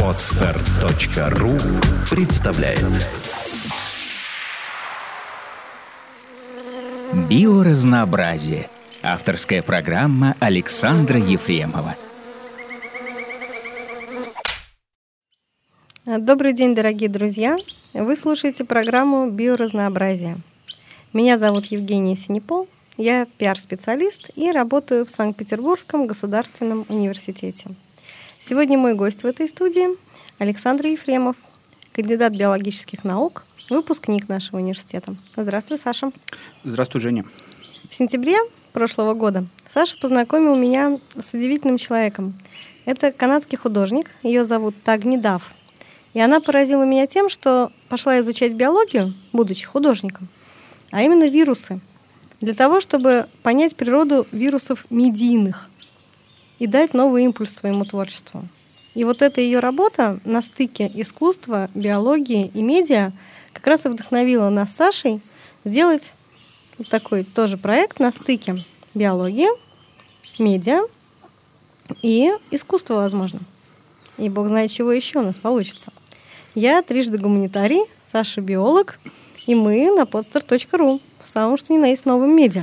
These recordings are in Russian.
Podster.ru представляет «Биоразнообразие». Авторская программа Александра Ефремова. Добрый день, дорогие друзья! Вы слушаете программу «Биоразнообразие». Меня зовут Евгения Синепол, я пиар-специалист и работаю в Санкт-Петербургском государственном университете. Сегодня мой гость в этой студии Александр Ефремов, кандидат биологических наук, выпускник нашего университета. Здравствуй, Саша. Здравствуй, Женя. В сентябре прошлого года Саша познакомил меня с удивительным человеком. Это канадский художник, ее зовут Тагни Дафф. И она поразила меня тем, что пошла изучать биологию, будучи художником, а именно вирусы, для того, чтобы понять природу вирусов медийных и дать новый импульс своему творчеству. И вот эта ее работа на стыке искусства, биологии и медиа как раз и вдохновила нас с Сашей сделать вот такой тоже проект на стыке биологии, медиа и искусства, возможно. И бог знает, чего еще у нас получится. Я трижды гуманитарий, Саша биолог, и мы на podster.ru, в самом что ни на есть новом медиа.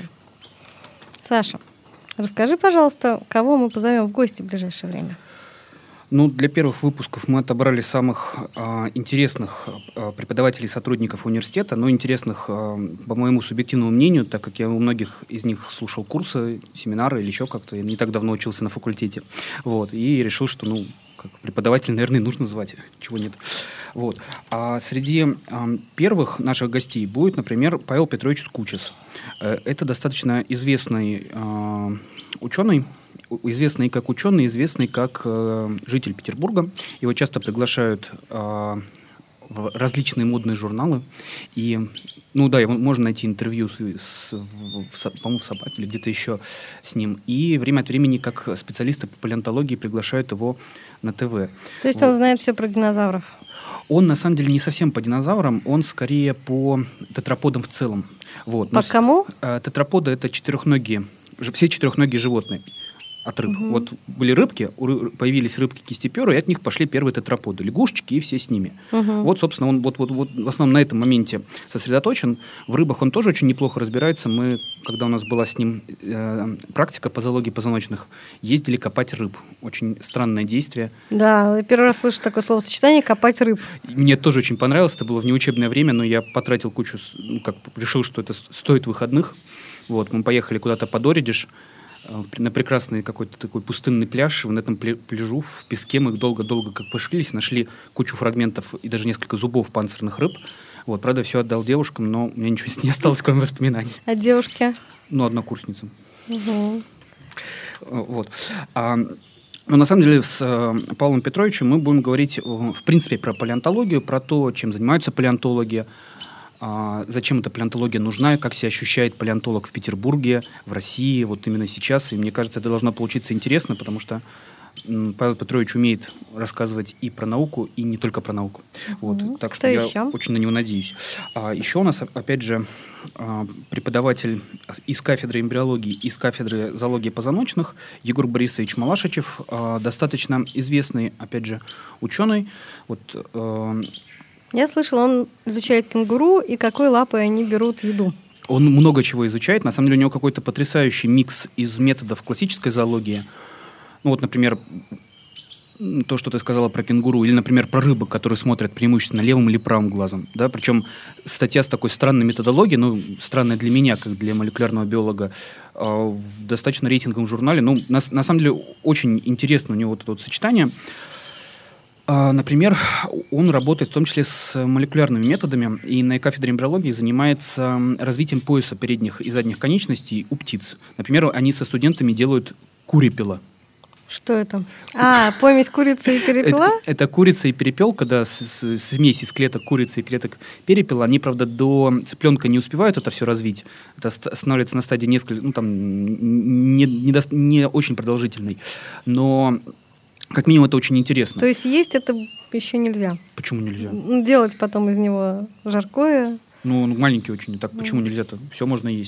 Саша, расскажи, пожалуйста, кого мы позовем в гости в ближайшее время? Ну, для первых выпусков мы отобрали самых интересных преподавателей и сотрудников университета, но интересных, по моему субъективному мнению, так как я у многих из них слушал курсы, семинары или еще как-то, я не так давно учился на факультете, вот, и решил, что, как преподаватель, наверное, нужно звать, чего нет. Вот. А среди первых наших гостей будет, например, Павел Петрович Скучес. Это достаточно известный ученый, известный как ученый, известный как житель Петербурга. Его часто приглашают в различные модные журналы. И, можно найти интервью, по-моему, в «Собаке» или где-то еще с ним. И время от времени, как специалисты по палеонтологии, приглашают его на ТВ. То есть он знает все про динозавров? Он, на самом деле, не совсем по динозаврам, он скорее по тетраподам в целом. Вот. По кому? Тетраподы — это все четырехногие животные от рыб. Угу. Вот были рыбки, появились рыбки-кистеперы, и от них пошли первые тетраподы, лягушечки и все с ними. Угу. Вот, собственно, он вот в основном на этом моменте сосредоточен. В рыбах он тоже очень неплохо разбирается. Мы, когда у нас была с ним практика по зоологии позвоночных, ездили копать рыб. Очень странное действие. Да, я первый раз слышу такое словосочетание «копать рыб». Мне тоже очень понравилось. Это было в неучебное время, но я потратил кучу, решил, что это стоит выходных. Вот, мы поехали куда-то под Оридиш, на прекрасный какой-то такой пустынный пляж. На этом пляжу в песке мы долго-долго как пошились, нашли кучу фрагментов и даже несколько зубов панцирных рыб. Вот, правда, все отдал девушкам, но у меня ничего не осталось, кроме воспоминаний. А девушки? Однокурсницам. Угу. Вот. Но на самом деле с Павлом Петровичем мы будем говорить, в принципе, про палеонтологию, про то, чем занимаются палеонтологи, зачем эта палеонтология нужна, как себя ощущает палеонтолог в Петербурге, в России, вот именно сейчас. И мне кажется, это должно получиться интересно, потому что Павел Петрович умеет рассказывать и про науку, и не только про науку. Вот. Так что я очень на него надеюсь. Еще у нас, опять же, преподаватель из кафедры эмбриологии, из кафедры зоологии позвоночных Егор Борисович Малашичев, достаточно известный, опять же, ученый. Я слышала, он изучает кенгуру и какой лапой они берут еду. Он много чего изучает. На самом деле у него какой-то потрясающий микс из методов классической зоологии. Например, то, что ты сказала про кенгуру, или, например, про рыбок, которые смотрят преимущественно левым или правым глазом. Да? Причем статья с такой странной методологией, странная для меня, как для молекулярного биолога, в достаточно рейтинговом журнале. На самом деле очень интересно у него это сочетание. Например, он работает в том числе с молекулярными методами и на кафедре эмбриологии занимается развитием пояса передних и задних конечностей у птиц. Например, они со студентами делают курипела. Что это? Помесь курицы и перепела? Это курица и перепел, когда смесь из клеток курицы и клеток перепела. Они, правда, до цыпленка не успевают это все развить. Это останавливается на стадии не очень продолжительной. Но как минимум это очень интересно. То есть есть это еще нельзя? Почему нельзя? Делать потом из него жаркое? Маленький очень. Так почему нельзя-то? Все можно есть.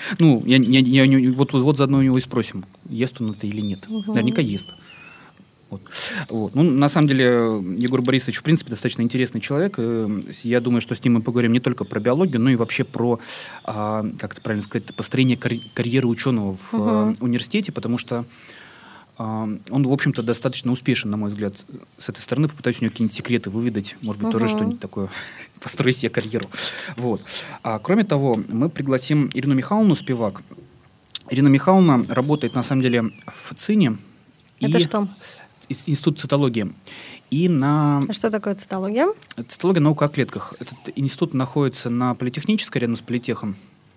Вот заодно у него и спросим, ест он это или нет. Наверняка ест. Вот. Ну, на самом деле, Егор Борисович, в принципе, достаточно интересный человек. Я думаю, что с ним мы поговорим не только про биологию, но и вообще про, как это правильно сказать, построение карьеры ученого в университете, потому что он, в общем-то, достаточно успешен, на мой взгляд, с этой стороны. Попытаюсь у него какие-нибудь секреты выведать, может быть, тоже что-нибудь такое, построить себе карьеру. Вот. Кроме того, мы пригласим Ирину Михайловну Спивак. Ирина Михайловна работает, на самом деле, в ЦИНе. Это что? Институт цитологии. А что такое цитология? Цитология — наука о клетках. Этот институт находится на Политехнической, рядом с Политехом.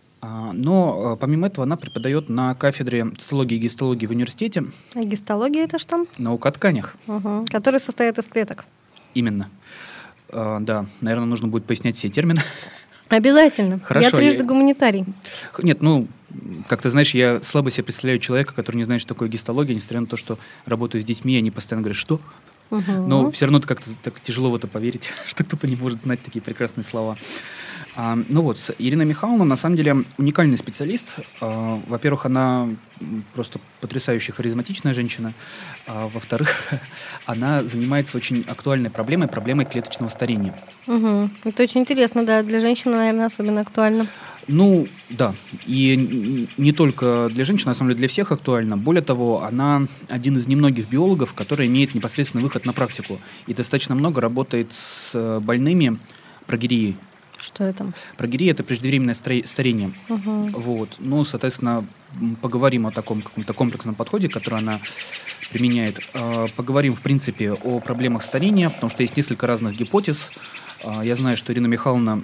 Но помимо этого она преподает на кафедре цитологии и гистологии в университете. А гистология — это что? Наука о тканях. Которые состоят из клеток. Именно. Да, наверное, нужно будет пояснять все термины. Обязательно. Хорошо, я трижды гуманитарий. Нет, ну, как ты знаешь, я слабо себе представляю человека, который не знает, что такое гистология, несмотря на то, что работаю с детьми, и они постоянно говорят, что? Но все равно как-то так тяжело в это поверить, что кто-то не может знать такие прекрасные слова. Ну вот, Ирина Михайловна, на самом деле, уникальный специалист. Во-первых, она просто потрясающе харизматичная женщина. Во-вторых, она занимается очень актуальной проблемой клеточного старения. Это очень интересно, да, для женщин, наверное, особенно актуально. Ну, да, и не только для женщин, на самом деле для всех актуально. Более того, она один из немногих биологов, который имеет непосредственный выход на практику и достаточно много работает с больными прогерией. Что это? Прогерия — это преждевременное старение. Вот. Ну, соответственно, поговорим о таком каком-то комплексном подходе, который она применяет. Поговорим, в принципе, о проблемах старения, потому что есть несколько разных гипотез. Я знаю, что Ирина Михайловна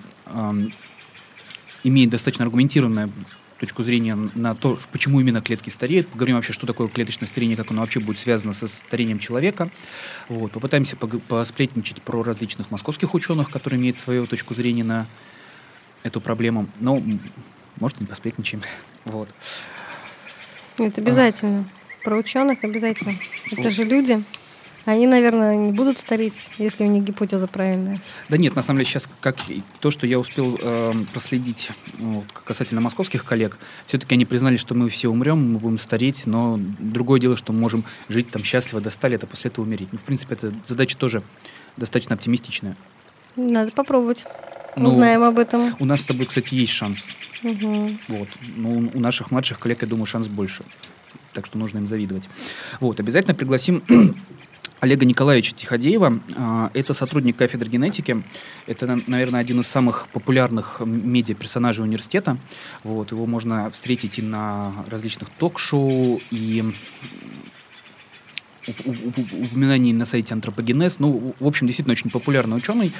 имеет достаточно аргументированную точку зрения на то, почему именно клетки стареют. Поговорим вообще, что такое клеточное старение, как оно вообще будет связано со старением человека. Вот. Попытаемся посплетничать про различных московских ученых, которые имеют свою точку зрения на эту проблему. Но, может, не посплетничаем. Вот. Это обязательно. Про ученых обязательно. Это же люди. Они, наверное, не будут стареть, если у них гипотеза правильная. Да нет, на самом деле сейчас как то, что я успел проследить касательно московских коллег, все-таки они признали, что мы все умрем, мы будем стареть, но другое дело, что мы можем жить там счастливо до 100 лет, а после этого умереть. Ну, в принципе, эта задача тоже достаточно оптимистичная. Надо попробовать. Узнаем об этом. У нас с тобой, кстати, есть шанс. Вот. Но у наших младших коллег, я думаю, шанс больше. Так что нужно им завидовать. Вот. Обязательно пригласим Олега Николаевича Тиходеева. Это сотрудник кафедры генетики. Это, наверное, один из самых популярных медиа-персонажей университета. Вот. Его можно встретить и на различных ток-шоу, и упоминаний на сайте «Антропогенез». Ну, в общем, действительно очень популярный ученый.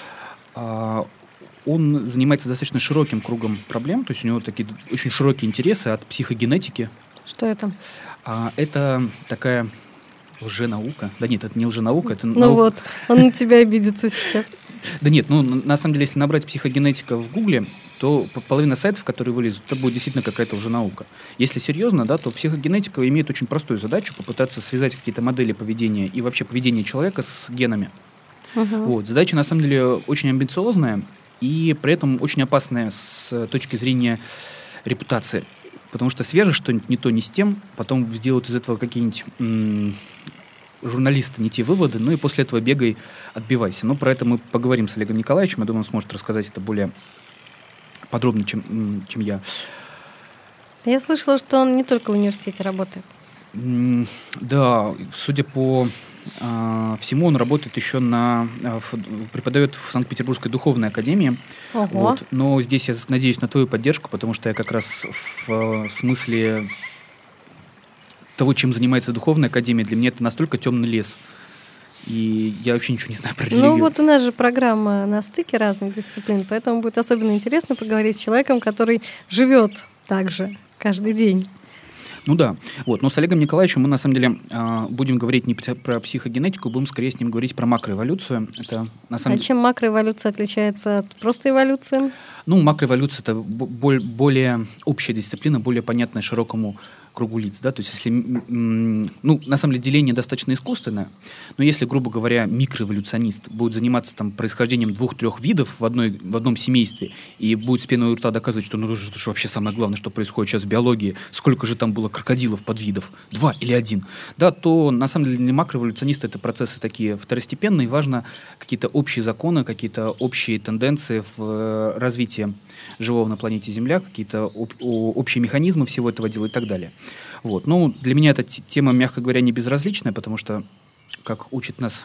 Он занимается достаточно широким кругом проблем. То есть у него такие очень широкие интересы от психогенетики. Что это? Это такая... лженаука. Да нет, это не лженаука, это наука. Ну вот, он на тебя обидится сейчас. Да нет, ну на самом деле, если набрать психогенетика в Гугле, то половина сайтов, которые вылезут, это будет действительно какая-то лженаука. Если серьезно, да, то психогенетика имеет очень простую задачу попытаться связать какие-то модели поведения и вообще поведение человека с генами. Вот. Задача, на самом деле, очень амбициозная и при этом очень опасная с точки зрения репутации. Потому что свяжешь что-нибудь не то, не с тем, потом сделают из этого какие-нибудь журналисты не те выводы, ну и после этого бегай, отбивайся. Но про это мы поговорим с Олегом Николаевичем. Я думаю, он сможет рассказать это более подробно, чем я. Я слышала, что он не только в университете работает. Да, судя по всему, он работает еще преподает в Санкт-Петербургской духовной академии. Вот. Но здесь я надеюсь на твою поддержку, потому что я как раз в смысле того, чем занимается духовная академия, для меня это настолько темный лес. И я вообще ничего не знаю про религию. Ну вот у нас же программа на стыке разных дисциплин, поэтому будет особенно интересно поговорить с человеком, который живет так же каждый день. Ну да, вот. Но с Олегом Николаевичем мы на самом деле будем говорить не про психогенетику, будем скорее с ним говорить про макроэволюцию. Это, на самом деле... чем макроэволюция отличается от просто эволюции? Ну, макроэволюция — это более общая дисциплина, более понятная широкому кругу лиц, да, то есть если, ну, на самом деле деление достаточно искусственное, но если, грубо говоря, микроэволюционист будет заниматься там происхождением 2-3 видов в одном семействе и будет с пеной у рта доказывать, что ну, это же вообще самое главное, что происходит сейчас в биологии, сколько же там было крокодилов подвидов, 2 или 1, да, то на самом деле для макроэволюциониста это процессы такие второстепенные, важно какие-то общие законы, какие-то общие тенденции в развитии живого на планете Земля, какие-то общие механизмы всего этого дела и так далее. Вот. Ну, для меня эта тема, мягко говоря, не безразличная, потому что, как учит нас,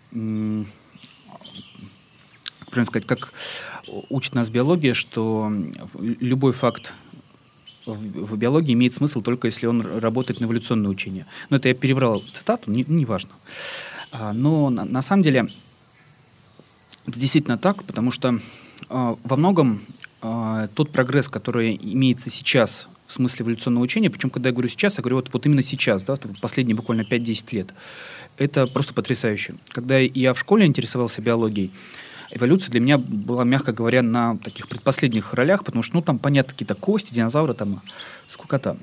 правильно сказать, как учит нас биология, что любой факт в биологии имеет смысл только если он работает на эволюционное учение. Но это я переврал цитату, неважно. Но на самом деле это действительно так, потому что во многом тот прогресс, который имеется сейчас в смысле эволюционного учения, причем, когда я говорю сейчас, я говорю вот именно сейчас, да, последние буквально 5-10 лет, это просто потрясающе. Когда я в школе интересовался биологией, эволюция для меня была, мягко говоря, на таких предпоследних ролях, потому что, ну, там, понятно, какие-то кости, динозавры, там, скукота.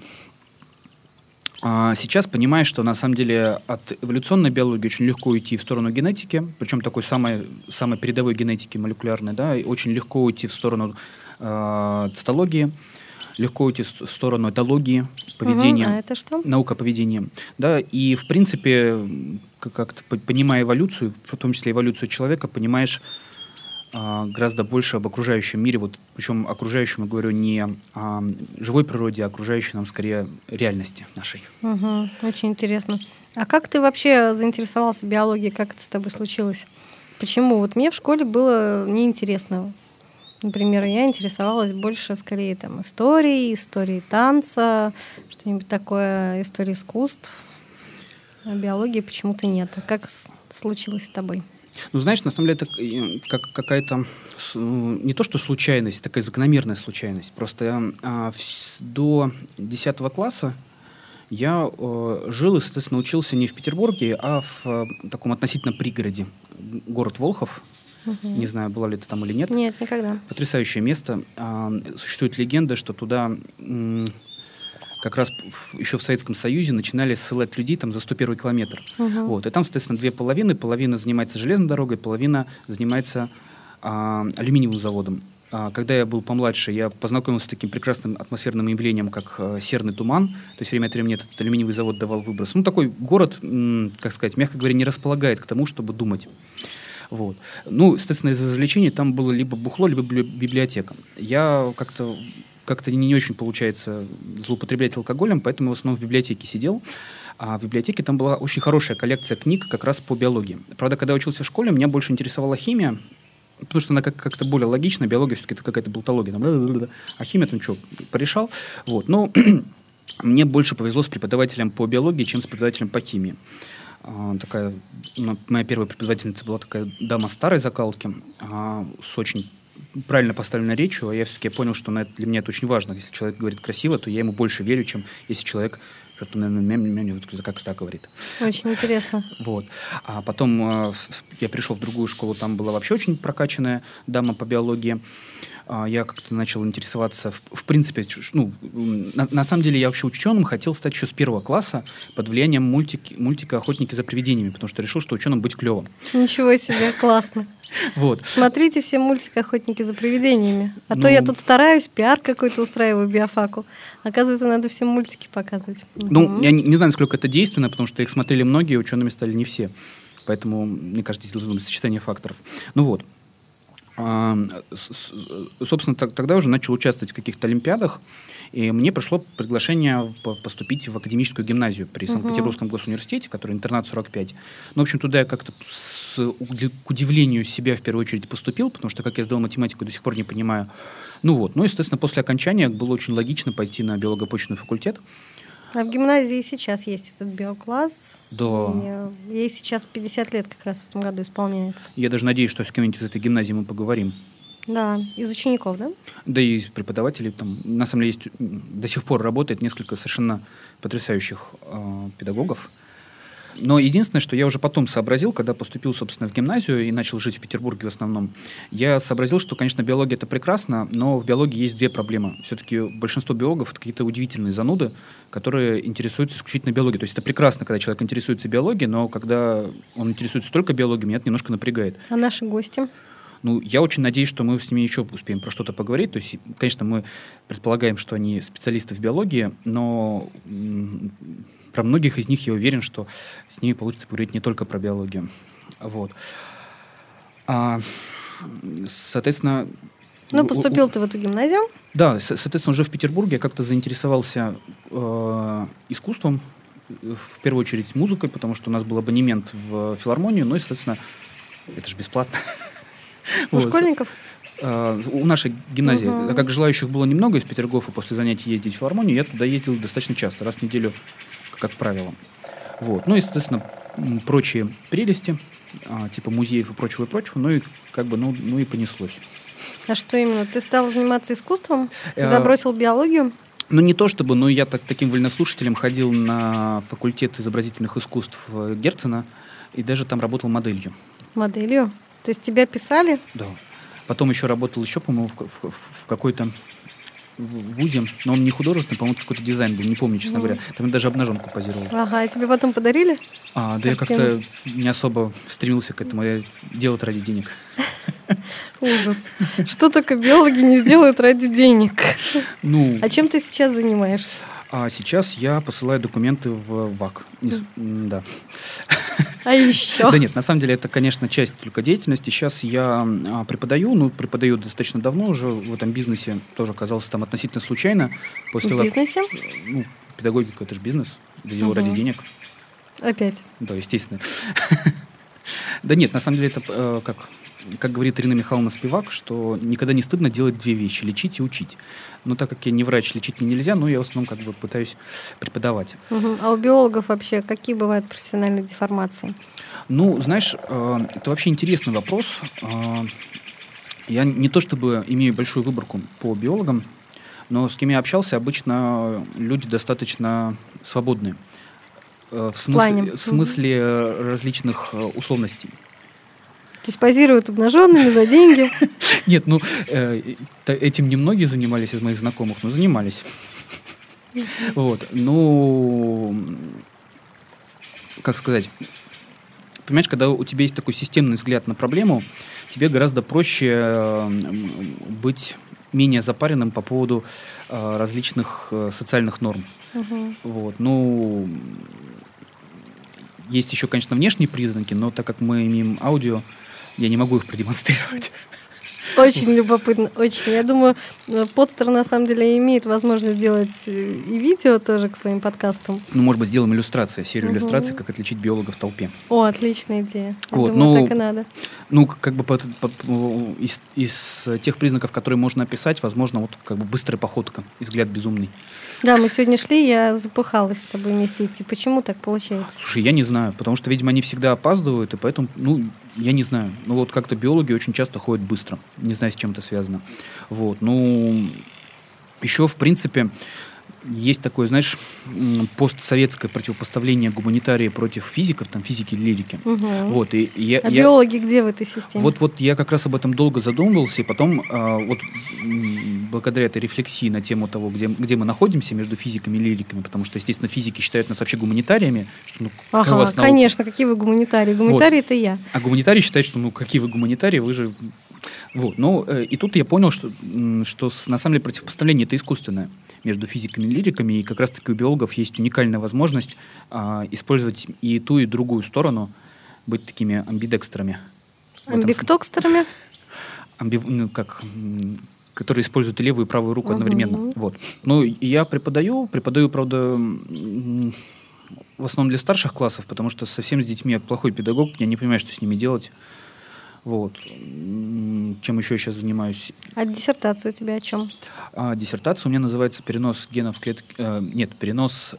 А сейчас понимаешь, что на самом деле от эволюционной биологии очень легко уйти в сторону генетики, причем такой самой передовой генетики молекулярной, да, и очень легко уйти в сторону цитологии, легко уйти в сторону этологии, поведения, а это что? Наука поведения. Да, и, в принципе, как-то понимая эволюцию, в том числе эволюцию человека, понимаешь гораздо больше об окружающем мире, вот, причем окружающем, я говорю, не о живой природе, а окружающей нам, скорее, реальности нашей. Очень интересно. А как ты вообще заинтересовался биологией? Как это с тобой случилось? Почему? Вот мне в школе было неинтересно. Например, я интересовалась больше, скорее, там, историей танца, что-нибудь такое, историей искусств. А биологии почему-то нет. А как случилось с тобой? Ну, знаешь, на самом деле это как какая-то не то что случайность, такая закономерная случайность. Просто до 10 класса я жил и, соответственно, учился не в Петербурге, а в таком относительно пригороде. Город Волхов. Не знаю, была ли ты там или нет. Нет, никогда. Потрясающее место. Существует легенда, что туда как раз еще в Советском Союзе начинали ссылать людей там за 101 километр. Вот. И там, соответственно, две половины. Половина занимается железной дорогой, половина занимается алюминиевым заводом. Когда я был помладше, я познакомился с таким прекрасным атмосферным явлением, как серный туман. То есть время от времени этот алюминиевый завод давал выброс. Ну, такой город, как сказать, мягко говоря, не располагает к тому, чтобы думать. Вот. Ну, естественно, из-за развлечений там было либо бухло, либо библиотека. Я как-то не очень получается злоупотреблять алкоголем, поэтому в основном в библиотеке сидел. А в библиотеке там была очень хорошая коллекция книг как раз по биологии. Правда, когда я учился в школе, меня больше интересовала химия, потому что она как-то более логична, биология все-таки это какая-то болтология. А химия там что, порешал. Вот. Но мне больше повезло с преподавателем по биологии, чем с преподавателем по химии. Моя первая преподавательница была такая дама старой закалки, с очень правильно поставленной речью, а я все-таки понял, что для меня это очень важно. Если человек говорит красиво, то я ему больше верю, чем если человек что-то, наверное, как так говорит. Очень интересно. Вот. А потом я пришел в другую школу, там была вообще очень прокачанная дама по биологии. Я как-то начал интересоваться, в принципе, на самом деле я вообще ученым хотел стать еще с 1 класса под влиянием мультика «Охотники за привидениями», потому что решил, что ученым быть клевым. Ничего себе, классно. Вот. Смотрите все мультики «Охотники за привидениями». То я тут стараюсь, пиар какой-то устраиваю биофаку. Оказывается, надо всем мультики показывать. Ну, я не знаю, насколько это действенно, потому что их смотрели многие, учеными стали не все. Поэтому, мне кажется, здесь должно быть сочетание факторов. Ну вот. Собственно, тогда уже начал участвовать в каких-то олимпиадах, и мне пришло приглашение поступить в академическую гимназию при Санкт-Петербургском госуниверситете, который интернат 45. Ну, в общем, туда я как-то, к удивлению себя, в первую очередь поступил, потому что, как я сдал математику, до сих пор не понимаю. Ну, естественно, после окончания было очень логично пойти на биолого-почвенный факультет. А в гимназии сейчас есть этот биокласс. Да. Ей сейчас 50 лет как раз в этом году исполняется. Я даже надеюсь, что с кем-нибудь из этой гимназии мы поговорим. Да, из учеников, да? Да и из преподавателей. Там, на самом деле, до сих пор работает несколько совершенно потрясающих педагогов. Но единственное, что я уже потом сообразил, когда поступил, собственно, в гимназию и начал жить в Петербурге в основном, я сообразил, что, конечно, биология — это прекрасно, но в биологии есть две проблемы. Все-таки большинство биологов — это какие-то удивительные зануды, которые интересуются исключительно биологией. То есть это прекрасно, когда человек интересуется биологией, но когда он интересуется только биологией, меня это немножко напрягает. А наши гости? Ну, я очень надеюсь, что мы с ними еще успеем про что-то поговорить. То есть, конечно, мы предполагаем, что они специалисты в биологии, но про многих из них я уверен, что с ними получится поговорить не только про биологию. Вот. Соответственно... Ну, поступил ты в эту гимназию? Да, соответственно, уже в Петербурге я как-то заинтересовался искусством, в первую очередь музыкой, потому что у нас был абонемент в филармонию, ну и, соответственно, это же бесплатно. У школьников? У нашей гимназии. Так как желающих было немного из Петергофа после занятий ездить в филармонию, я туда ездил достаточно часто, раз в неделю, как правило. Вот. Ну и, соответственно, прочие прелести, типа музеев и прочего, ну и как бы, ну и понеслось. А что именно? Ты стал заниматься искусством? Забросил биологию? Ну, не то чтобы, но я таким вольнослушателем ходил на факультет изобразительных искусств Герцена и даже там работал моделью. Моделью? То есть тебя писали? Да. Потом еще работал, по-моему, в какой-то вузе, но он не художественный, по-моему, какой-то дизайн был, не помню, честно говоря. Там я даже обнаженку позировал. Ага, и тебе потом подарили? Да, я как-то не особо стремился к этому, я делал это ради денег. Ужас. Что только биологи не сделают ради денег? А чем ты сейчас занимаешься? Сейчас я посылаю документы в ВАК. Да. А еще? Да нет, на самом деле это, конечно, часть только деятельности. Сейчас я преподаю достаточно давно уже в этом бизнесе, тоже оказался там относительно случайно. В бизнесе? Педагогика — это же бизнес, это дело ради денег. Опять? Да, естественно. Да нет, на самом деле это как говорит Ирина Михайловна Спивак, что никогда не стыдно делать две вещи — лечить и учить. Но так как я не врач, лечить мне нельзя, но я в основном пытаюсь преподавать. А у биологов вообще какие бывают профессиональные деформации? Ну, знаешь, это вообще интересный вопрос. Я не то чтобы имею большую выборку по биологам, но с кем я общался, обычно люди достаточно свободные. В смысле различных условностей. То есть позируют обнаженными за деньги? Нет, этим немногие занимались из моих знакомых, но занимались. Вот, как сказать, понимаешь, когда у тебя есть такой системный взгляд на проблему, тебе гораздо проще быть менее запаренным по поводу различных социальных норм. Вот, есть еще, конечно, внешние признаки, но так как мы имеем аудио, я не могу их продемонстрировать. Очень любопытно, очень. Я думаю, Подстер на самом деле имеет возможность делать и видео тоже к своим подкастам. Может быть, сделаем серию иллюстраций, как отличить биолога в толпе. О, отличная идея. Вот, думаю, так и надо. Как бы из тех признаков, которые можно описать, возможно, быстрая походка и взгляд безумный. Да, мы сегодня шли, я запыхалась с тобой вместе идти. Почему так получается? Слушай, я не знаю, потому что, видимо, они всегда опаздывают, и поэтому, я не знаю. Как-то биологи очень часто ходят быстро. Не знаю, с чем это связано. Вот, еще, в принципе, есть такое, знаешь, постсоветское противопоставление гуманитария против физиков, там, физики и лирики. Вот, биологи где в этой системе? Вот я как раз об этом долго задумывался, и потом, благодаря этой рефлексии на тему того, где мы находимся между физиками и лириками, потому что, естественно, физики считают нас вообще гуманитариями. Что, конечно, какие вы гуманитарии? Гуманитарии — это я. А гуманитарии считают, что, какие вы гуманитарии, вы же... Вот, и тут я понял, что на самом деле противопоставление это искусственное между физиками и лириками, и как раз-таки у биологов есть уникальная возможность использовать и ту, и другую сторону, быть такими амбидекстерами. Амбиктокстерами? Которые используют и левую, и правую руку одновременно. Вот. Я преподаю, правда, в основном для старших классов, потому что совсем с детьми я плохой педагог, я не понимаю, что с ними делать. Вот. Чем еще я сейчас занимаюсь? А диссертация у тебя о чем? Диссертация у меня называется «Перенос генов в клетки». Перенос...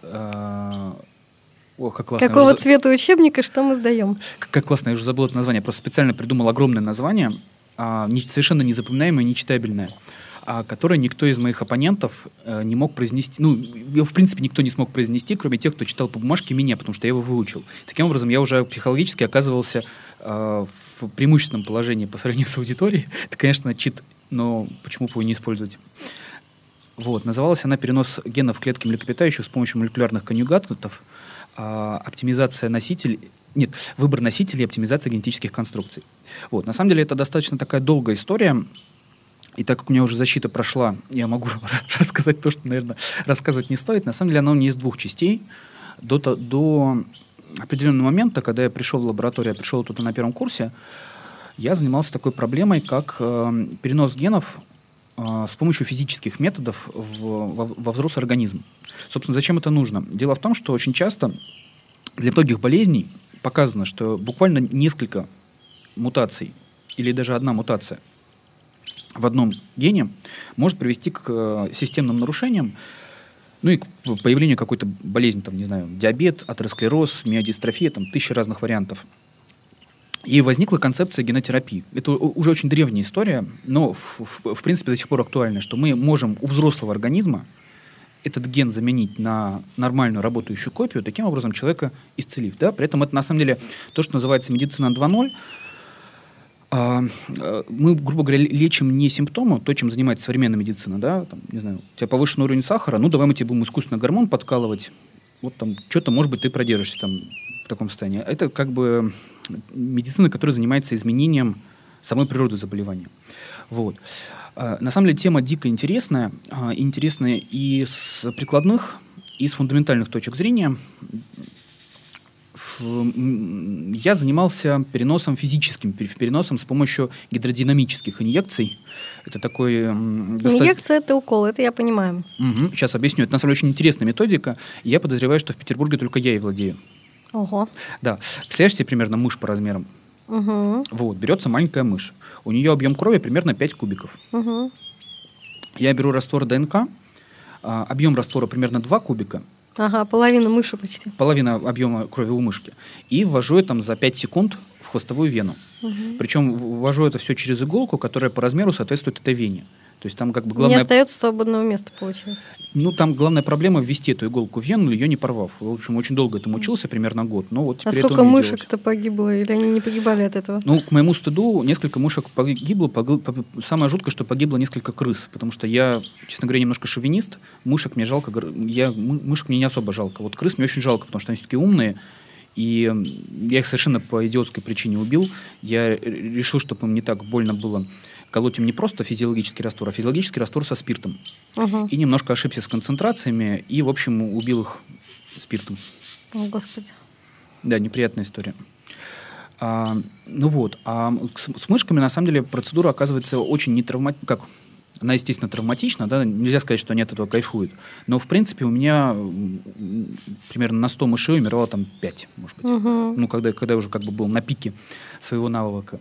как классно. Какого цвета учебника, что мы сдаем? Как классно, я уже забыл это название. Просто специально придумал огромное название, совершенно незапоминаемое, нечитабельное. который никто из моих оппонентов не мог произнести. Ну, его, в принципе, никто не смог произнести, кроме тех, кто читал по бумажке меня, потому что я его выучил. Таким образом, я уже психологически оказывался в преимущественном положении по сравнению с аудиторией. Это, конечно, чит, но почему бы его не использовать? Вот. Называлась она «Перенос генов в клетки млекопитающих с помощью молекулярных конъюгатов, оптимизация носителей». Нет, выбор носителей и оптимизация генетических конструкций. Вот. На самом деле это достаточно такая долгая история. И так как у меня уже защита прошла, я могу рассказать то, что, наверное, рассказывать не стоит. На самом деле она у меня из двух частей. До определенного момента, когда я пришел в лабораторию, я пришел туда на первом курсе, я занимался такой проблемой, как перенос генов с помощью физических методов во взрослый организм. Собственно, зачем это нужно? Дело в том, что очень часто для многих болезней показано, что буквально несколько мутаций или даже одна мутация в одном гене может привести к системным нарушениям, ну и к появлению какой-то болезни, там, не знаю, диабет, атеросклероз, миодистрофия, там, 1000 разных вариантов. И возникла концепция генотерапии. Это уже очень древняя история, но в принципе до сих пор актуальна, что мы можем у взрослого организма этот ген заменить на нормальную работающую копию, таким образом человека исцелив. Да? При этом это на самом деле то, что называется медицина 2.0. Мы, грубо говоря, лечим не симптомы, то, чем занимается современная медицина, да, там, не знаю, у тебя повышенный уровень сахара, ну, давай мы тебе будем искусственно гормон подкалывать, вот там, что-то, может быть, ты продержишься там в таком состоянии. Это как бы медицина, которая занимается изменением самой природы заболевания. Вот. На самом деле тема дико интересная, интересная и с прикладных, и с фундаментальных точек зрения. Я занимался переносом физическим, переносом с помощью гидродинамических инъекций. Это такой... Инъекция — это укол, это я понимаю. Угу. Сейчас объясню. Это, на самом деле, очень интересная методика. Я подозреваю, что в Петербурге только я ей владею. Ого. Да. Представляешь себе примерно мышь по размерам? Угу. Вот. Берется маленькая мышь. У нее объем крови примерно 5 кубиков. Угу. Я беру раствор ДНК. Объем раствора примерно 2 кубика. Ага, половина мыши почти. Половина объема крови у мышки. И ввожу это за 5 секунд в хвостовую вену. Угу. Причем ввожу это все через иголку, которая по размеру соответствует этой вене. То есть там как бы главное... Не остается свободного места, получается. Ну, там главная проблема ввести эту иголку в вену, ее не порвав. В общем, очень долго этому учился, примерно год. Но вот теперь сколько мышек-то погибло? Или они не погибали от этого? Ну, к моему стыду, несколько мышек погибло. Самое жуткое, что погибло несколько крыс. Потому что я, честно говоря, немножко шовинист. Мышек мне жалко. Мышек мне не особо жалко. Вот крыс мне очень жалко, потому что они все-таки умные. И я их совершенно по идиотской причине убил. Я решил, чтобы им не так больно было колоть им не просто физиологический раствор, а физиологический раствор со спиртом. Угу. И немножко ошибся с концентрациями, и, в общем, убил их спиртом. О, Господи. Да, неприятная история. Ну вот. А с мышками, на самом деле, процедура оказывается очень нетравматична. Как? Она, естественно, травматична, да? Нельзя сказать, что они от этого кайфуют. Но, в принципе, у меня примерно на 100 мышей умирало там 5, может быть. Угу. Ну, когда я уже как бы был на пике своего навыка.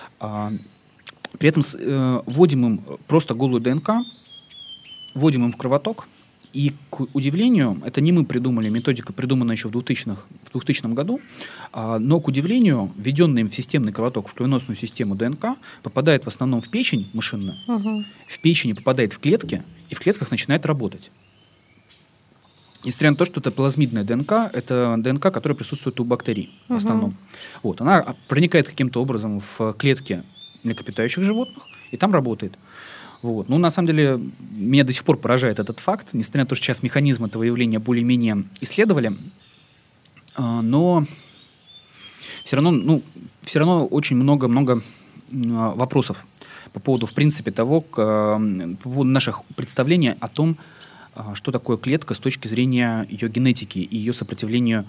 При этом вводим им просто голую ДНК, вводим им в кровоток, и, к удивлению, это не мы придумали, методика придумана еще в 2000 году, но, к удивлению, введенный им в системный кровоток, в кровеносную систему ДНК, попадает в основном в печень мышиную, в печени попадает в клетки, и в клетках начинает работать. Несмотря на то, что это плазмидная ДНК, это ДНК, которая присутствует у бактерий в основном. Вот, она проникает каким-то образом в клетки млекопитающих животных, и там работает. Вот. Ну, на самом деле, меня до сих пор поражает этот факт, несмотря на то, что сейчас механизм этого явления более-менее исследовали, но все равно очень много вопросов по поводу, в принципе, по поводу наших представлений о том, что такое клетка с точки зрения ее генетики и ее сопротивлению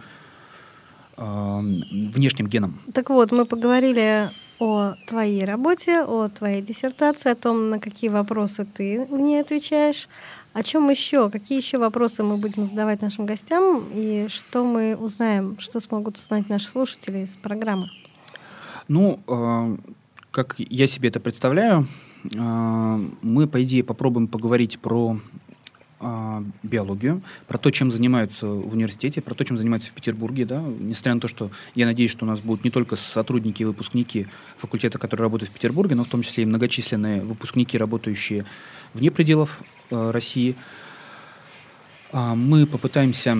внешним генам. Так вот, мы поговорили о твоей работе, о твоей диссертации, о том, на какие вопросы ты в ней отвечаешь. О чем еще? Какие еще вопросы мы будем задавать нашим гостям? И что мы узнаем, что смогут узнать наши слушатели из программы? Ну, как я себе это представляю, мы, по идее, попробуем поговорить про биологию, про то, чем занимаются в университете, про то, чем занимаются в Петербурге. Да? Несмотря на то, что я надеюсь, что у нас будут не только сотрудники и выпускники факультета, которые работают в Петербурге, но в том числе и многочисленные выпускники, работающие вне пределов России. Мы попытаемся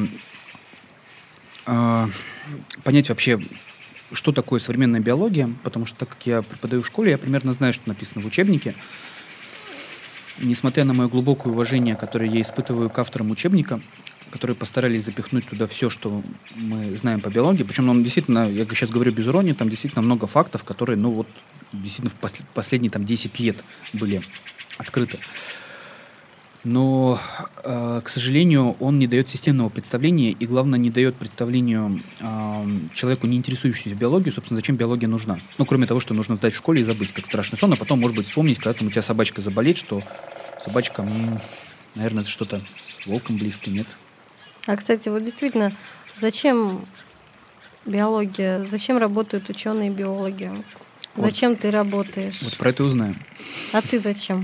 понять вообще, что такое современная биология, потому что, так как я преподаю в школе, я примерно знаю, что написано в учебнике. Несмотря на мое глубокое уважение, которое я испытываю к авторам учебника, которые постарались запихнуть туда все, что мы знаем по биологии, причем он действительно, я сейчас говорю без иронии, там действительно много фактов, которые, действительно в последние 10 лет были открыты. Но, к сожалению, он не дает системного представления и, главное, не дает представлению человеку, не интересующемуся биологией, собственно, зачем биология нужна. Кроме того, что нужно сдать в школе и забыть, как страшный сон, а потом, может быть, вспомнить, когда там у тебя собачка заболеет, что собачка, наверное, это что-то с волком близко, нет? А, кстати, вот действительно, зачем биология, зачем работают ученые-биологи? Зачем ты работаешь? Вот про это узнаем. А ты зачем?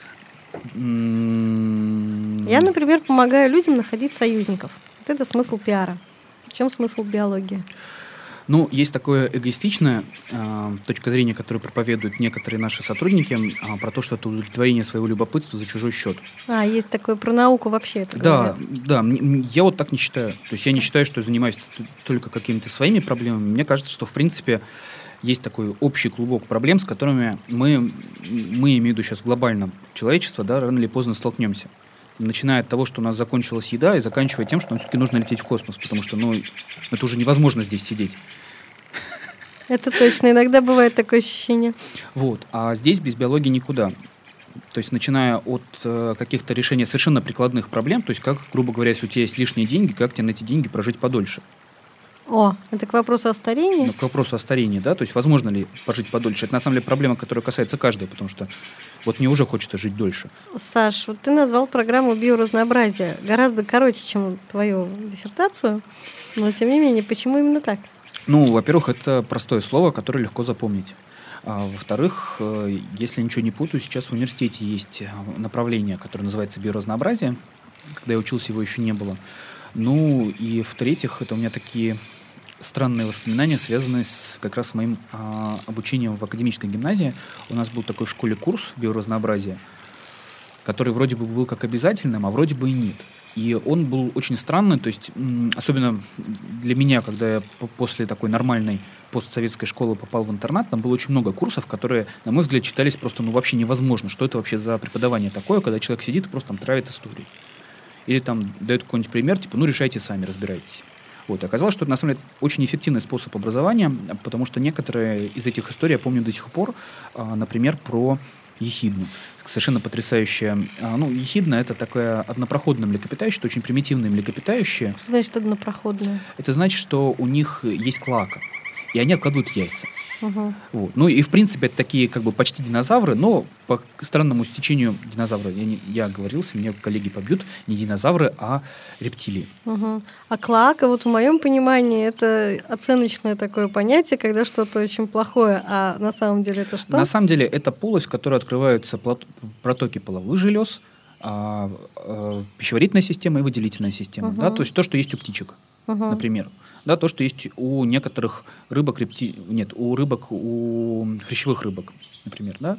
Я, например, помогаю людям находить союзников. Вот это смысл пиара. В чем смысл биологии? Есть такое эгоистичная точка зрения, которую проповедуют некоторые наши сотрудники, про то, что это удовлетворение своего любопытства за чужой счет. Есть такое про науку вообще это говорят. Да, я вот так не считаю. То есть я не считаю, что я занимаюсь только какими-то своими проблемами. Мне кажется, что, в принципе, есть такой общий клубок проблем, с которыми мы имею в виду сейчас глобально человечество, да, рано или поздно столкнемся. Начиная от того, что у нас закончилась еда, и заканчивая тем, что нам все-таки нужно лететь в космос, потому что это уже невозможно здесь сидеть. Это точно, иногда бывает такое ощущение. А здесь без биологии никуда. То есть, начиная от каких-то решений совершенно прикладных проблем, то есть, как, грубо говоря, если у тебя есть лишние деньги, как тебе на эти деньги прожить подольше. Это к вопросу о старении? К вопросу о старении, да, то есть возможно ли пожить подольше. Это на самом деле проблема, которая касается каждого, потому что мне уже хочется жить дольше. Саш, ты назвал программу биоразнообразия гораздо короче, чем твою диссертацию, но тем не менее, почему именно так? Во-первых, это простое слово, которое легко запомнить. Во-вторых, если ничего не путаю, сейчас в университете есть направление, которое называется биоразнообразие. Когда я учился, его еще не было. И в-третьих, это у меня такие странные воспоминания, связанные как раз с моим обучением в академической гимназии. У нас был такой в школе курс биоразнообразия, который вроде бы был как обязательным, а вроде бы и нет. И он был очень странный, то есть особенно для меня, когда я после такой нормальной постсоветской школы попал в интернат, там было очень много курсов, которые, на мой взгляд, читались просто вообще невозможно. Что это вообще за преподавание такое, когда человек сидит и просто травит истории. Или дает какой-нибудь пример, решайте сами, разбирайтесь. Оказалось, что это на самом деле очень эффективный способ образования, потому что некоторые из этих историй я помню до сих пор, например, про ехидну. Совершенно потрясающая. Ехидна — это такое однопроходное млекопитающее, это очень примитивное млекопитающее. Что значит однопроходное? Это значит, что у них есть клоака, и они откладывают яйца. Угу. И в принципе это такие почти динозавры, но по странному стечению динозавры. Я оговорился, меня коллеги побьют, не динозавры, а рептилии. Угу. А клоака, в моем понимании, это оценочное такое понятие, когда что-то очень плохое, а на самом деле это что? На самом деле это полость, в которой открываются протоки половых желез, пищеварительная система и выделительная система. Да? То есть то, что есть у птичек, например. Да, то, что есть у некоторых рыбок, у хрящевых рыбок, например. Да?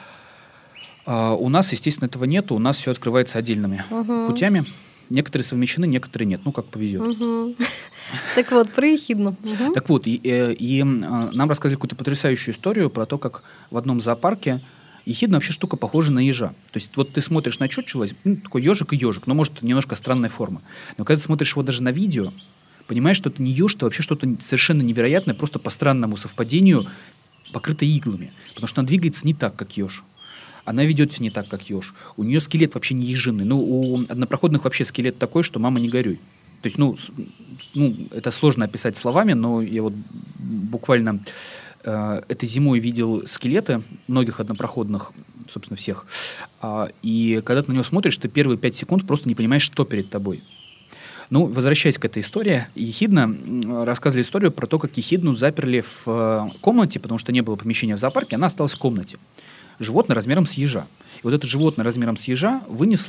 У нас, естественно, этого нет, у нас все открывается отдельными путями. Некоторые совмещены, некоторые нет, как повезет. Так вот, про ехидну. Так вот, и нам рассказали какую-то потрясающую историю про то, как в одном зоопарке ехидна вообще штука похожа на ежа. То есть ты смотришь на чучело, такой ежик и ежик, но может немножко странная форма. Но когда ты смотришь его даже на видео, понимаешь, что это не еж, это вообще что-то совершенно невероятное, просто по странному совпадению покрыто иглами. Потому что она двигается не так, как еж. Она ведет себя не так, как еж. У нее скелет вообще не ежиный. У однопроходных вообще скелет такой, что мама не горюй. То есть, это сложно описать словами, но я буквально этой зимой видел скелеты многих однопроходных, собственно, всех. И когда ты на него смотришь, ты первые 5 секунд просто не понимаешь, что перед тобой. Возвращаясь к этой истории, рассказывали историю про то, как ехидну заперли в комнате, потому что не было помещения в зоопарке, она осталась в комнате. Животное размером с ежа. И вот это животное размером с ежа вынесло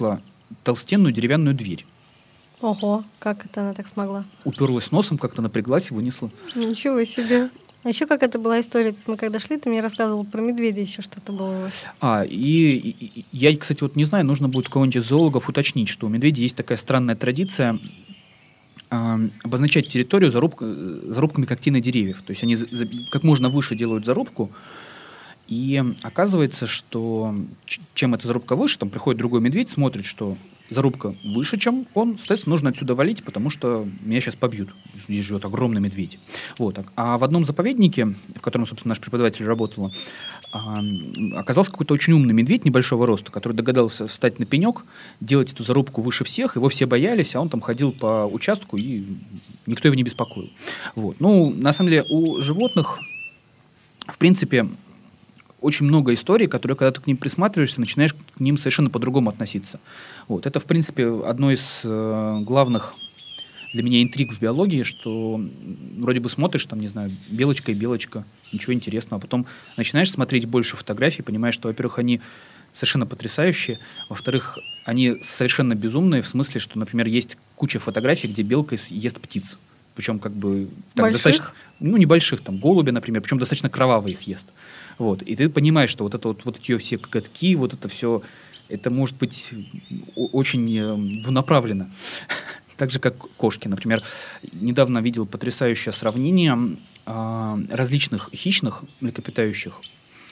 толстенную деревянную дверь. Ого, как это она так смогла? Уперлась носом, как-то напряглась и вынесла. Ничего себе. А еще как это была история? Мы когда шли, ты мне рассказывал про медведя, еще что-то было у вас. И я, кстати, вот не знаю, нужно будет у кого-нибудь из зоологов уточнить, что у медведей есть такая странная традиция обозначать территорию зарубками когтей деревьев. То есть они как можно выше делают зарубку, и оказывается, что чем эта зарубка выше, там приходит другой медведь, смотрит, что зарубка выше, чем он, соответственно, нужно отсюда валить, потому что меня сейчас побьют. Здесь живет огромный медведь. Вот. А в одном заповеднике, в котором, собственно, наш преподаватель работала, оказался какой-то очень умный медведь небольшого роста, который догадался встать на пенек, делать эту зарубку выше всех, его все боялись, а он там ходил по участку, и никто его не беспокоил. Вот. Ну, на самом деле, у животных, в принципе, очень много историй, которые, когда ты к ним присматриваешься, начинаешь к ним совершенно по-другому относиться. Вот. Это, в принципе, одно из главных для меня интриг в биологии, что вроде бы смотришь, там, не знаю, белочка и белочка, ничего интересного, а потом начинаешь смотреть больше фотографий, понимаешь, что, во-первых, они совершенно потрясающие, во-вторых, они совершенно безумные, в смысле, что, например, есть куча фотографий, где белка ест птиц. Причем как бы достаточно, небольших, там, голубя, например, причем достаточно кроваво их ест. Вот. И ты понимаешь, что вот эти все коготки, вот это все, это может быть очень двунаправленно. Так же, как кошки. Например, недавно видел потрясающее сравнение различных хищных млекопитающих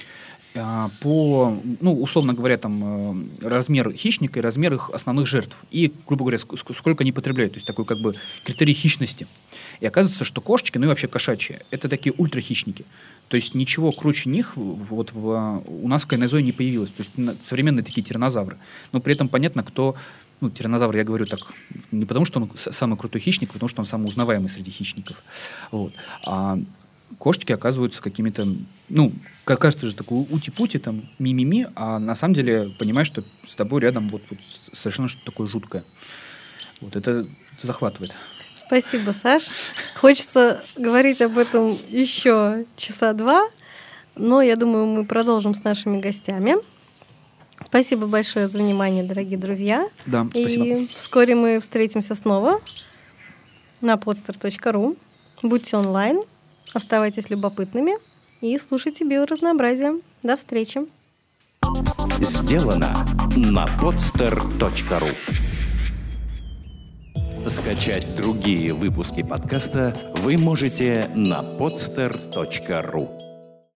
по, условно говоря, там, размер хищника и размер их основных жертв. И, грубо говоря, сколько они потребляют. То есть такой как бы критерий хищности. И оказывается, что кошечки, и вообще кошачьи, это такие ультрахищники. То есть ничего круче них вот у нас в кайнозое не появилось. То есть современные такие тираннозавры. Но при этом понятно, кто... тираннозавр, я говорю так, не потому, что он самый крутой хищник, а потому что он самый узнаваемый среди хищников. Вот. А кошечки оказываются какими-то, как кажется же, такой ути-пути, там, ми-ми-ми, а на самом деле понимаешь, что с тобой рядом вот совершенно что-то такое жуткое. Вот это захватывает. Спасибо, Саш. Хочется говорить об этом еще часа два, но я думаю, мы продолжим с нашими гостями. Спасибо большое за внимание, дорогие друзья. Да, спасибо. И вскоре мы встретимся снова на podster.ru. Будьте онлайн, оставайтесь любопытными и слушайте биоразнообразие. До встречи. Сделано на podster.ru. Скачать другие выпуски подкаста вы можете на podster.ru.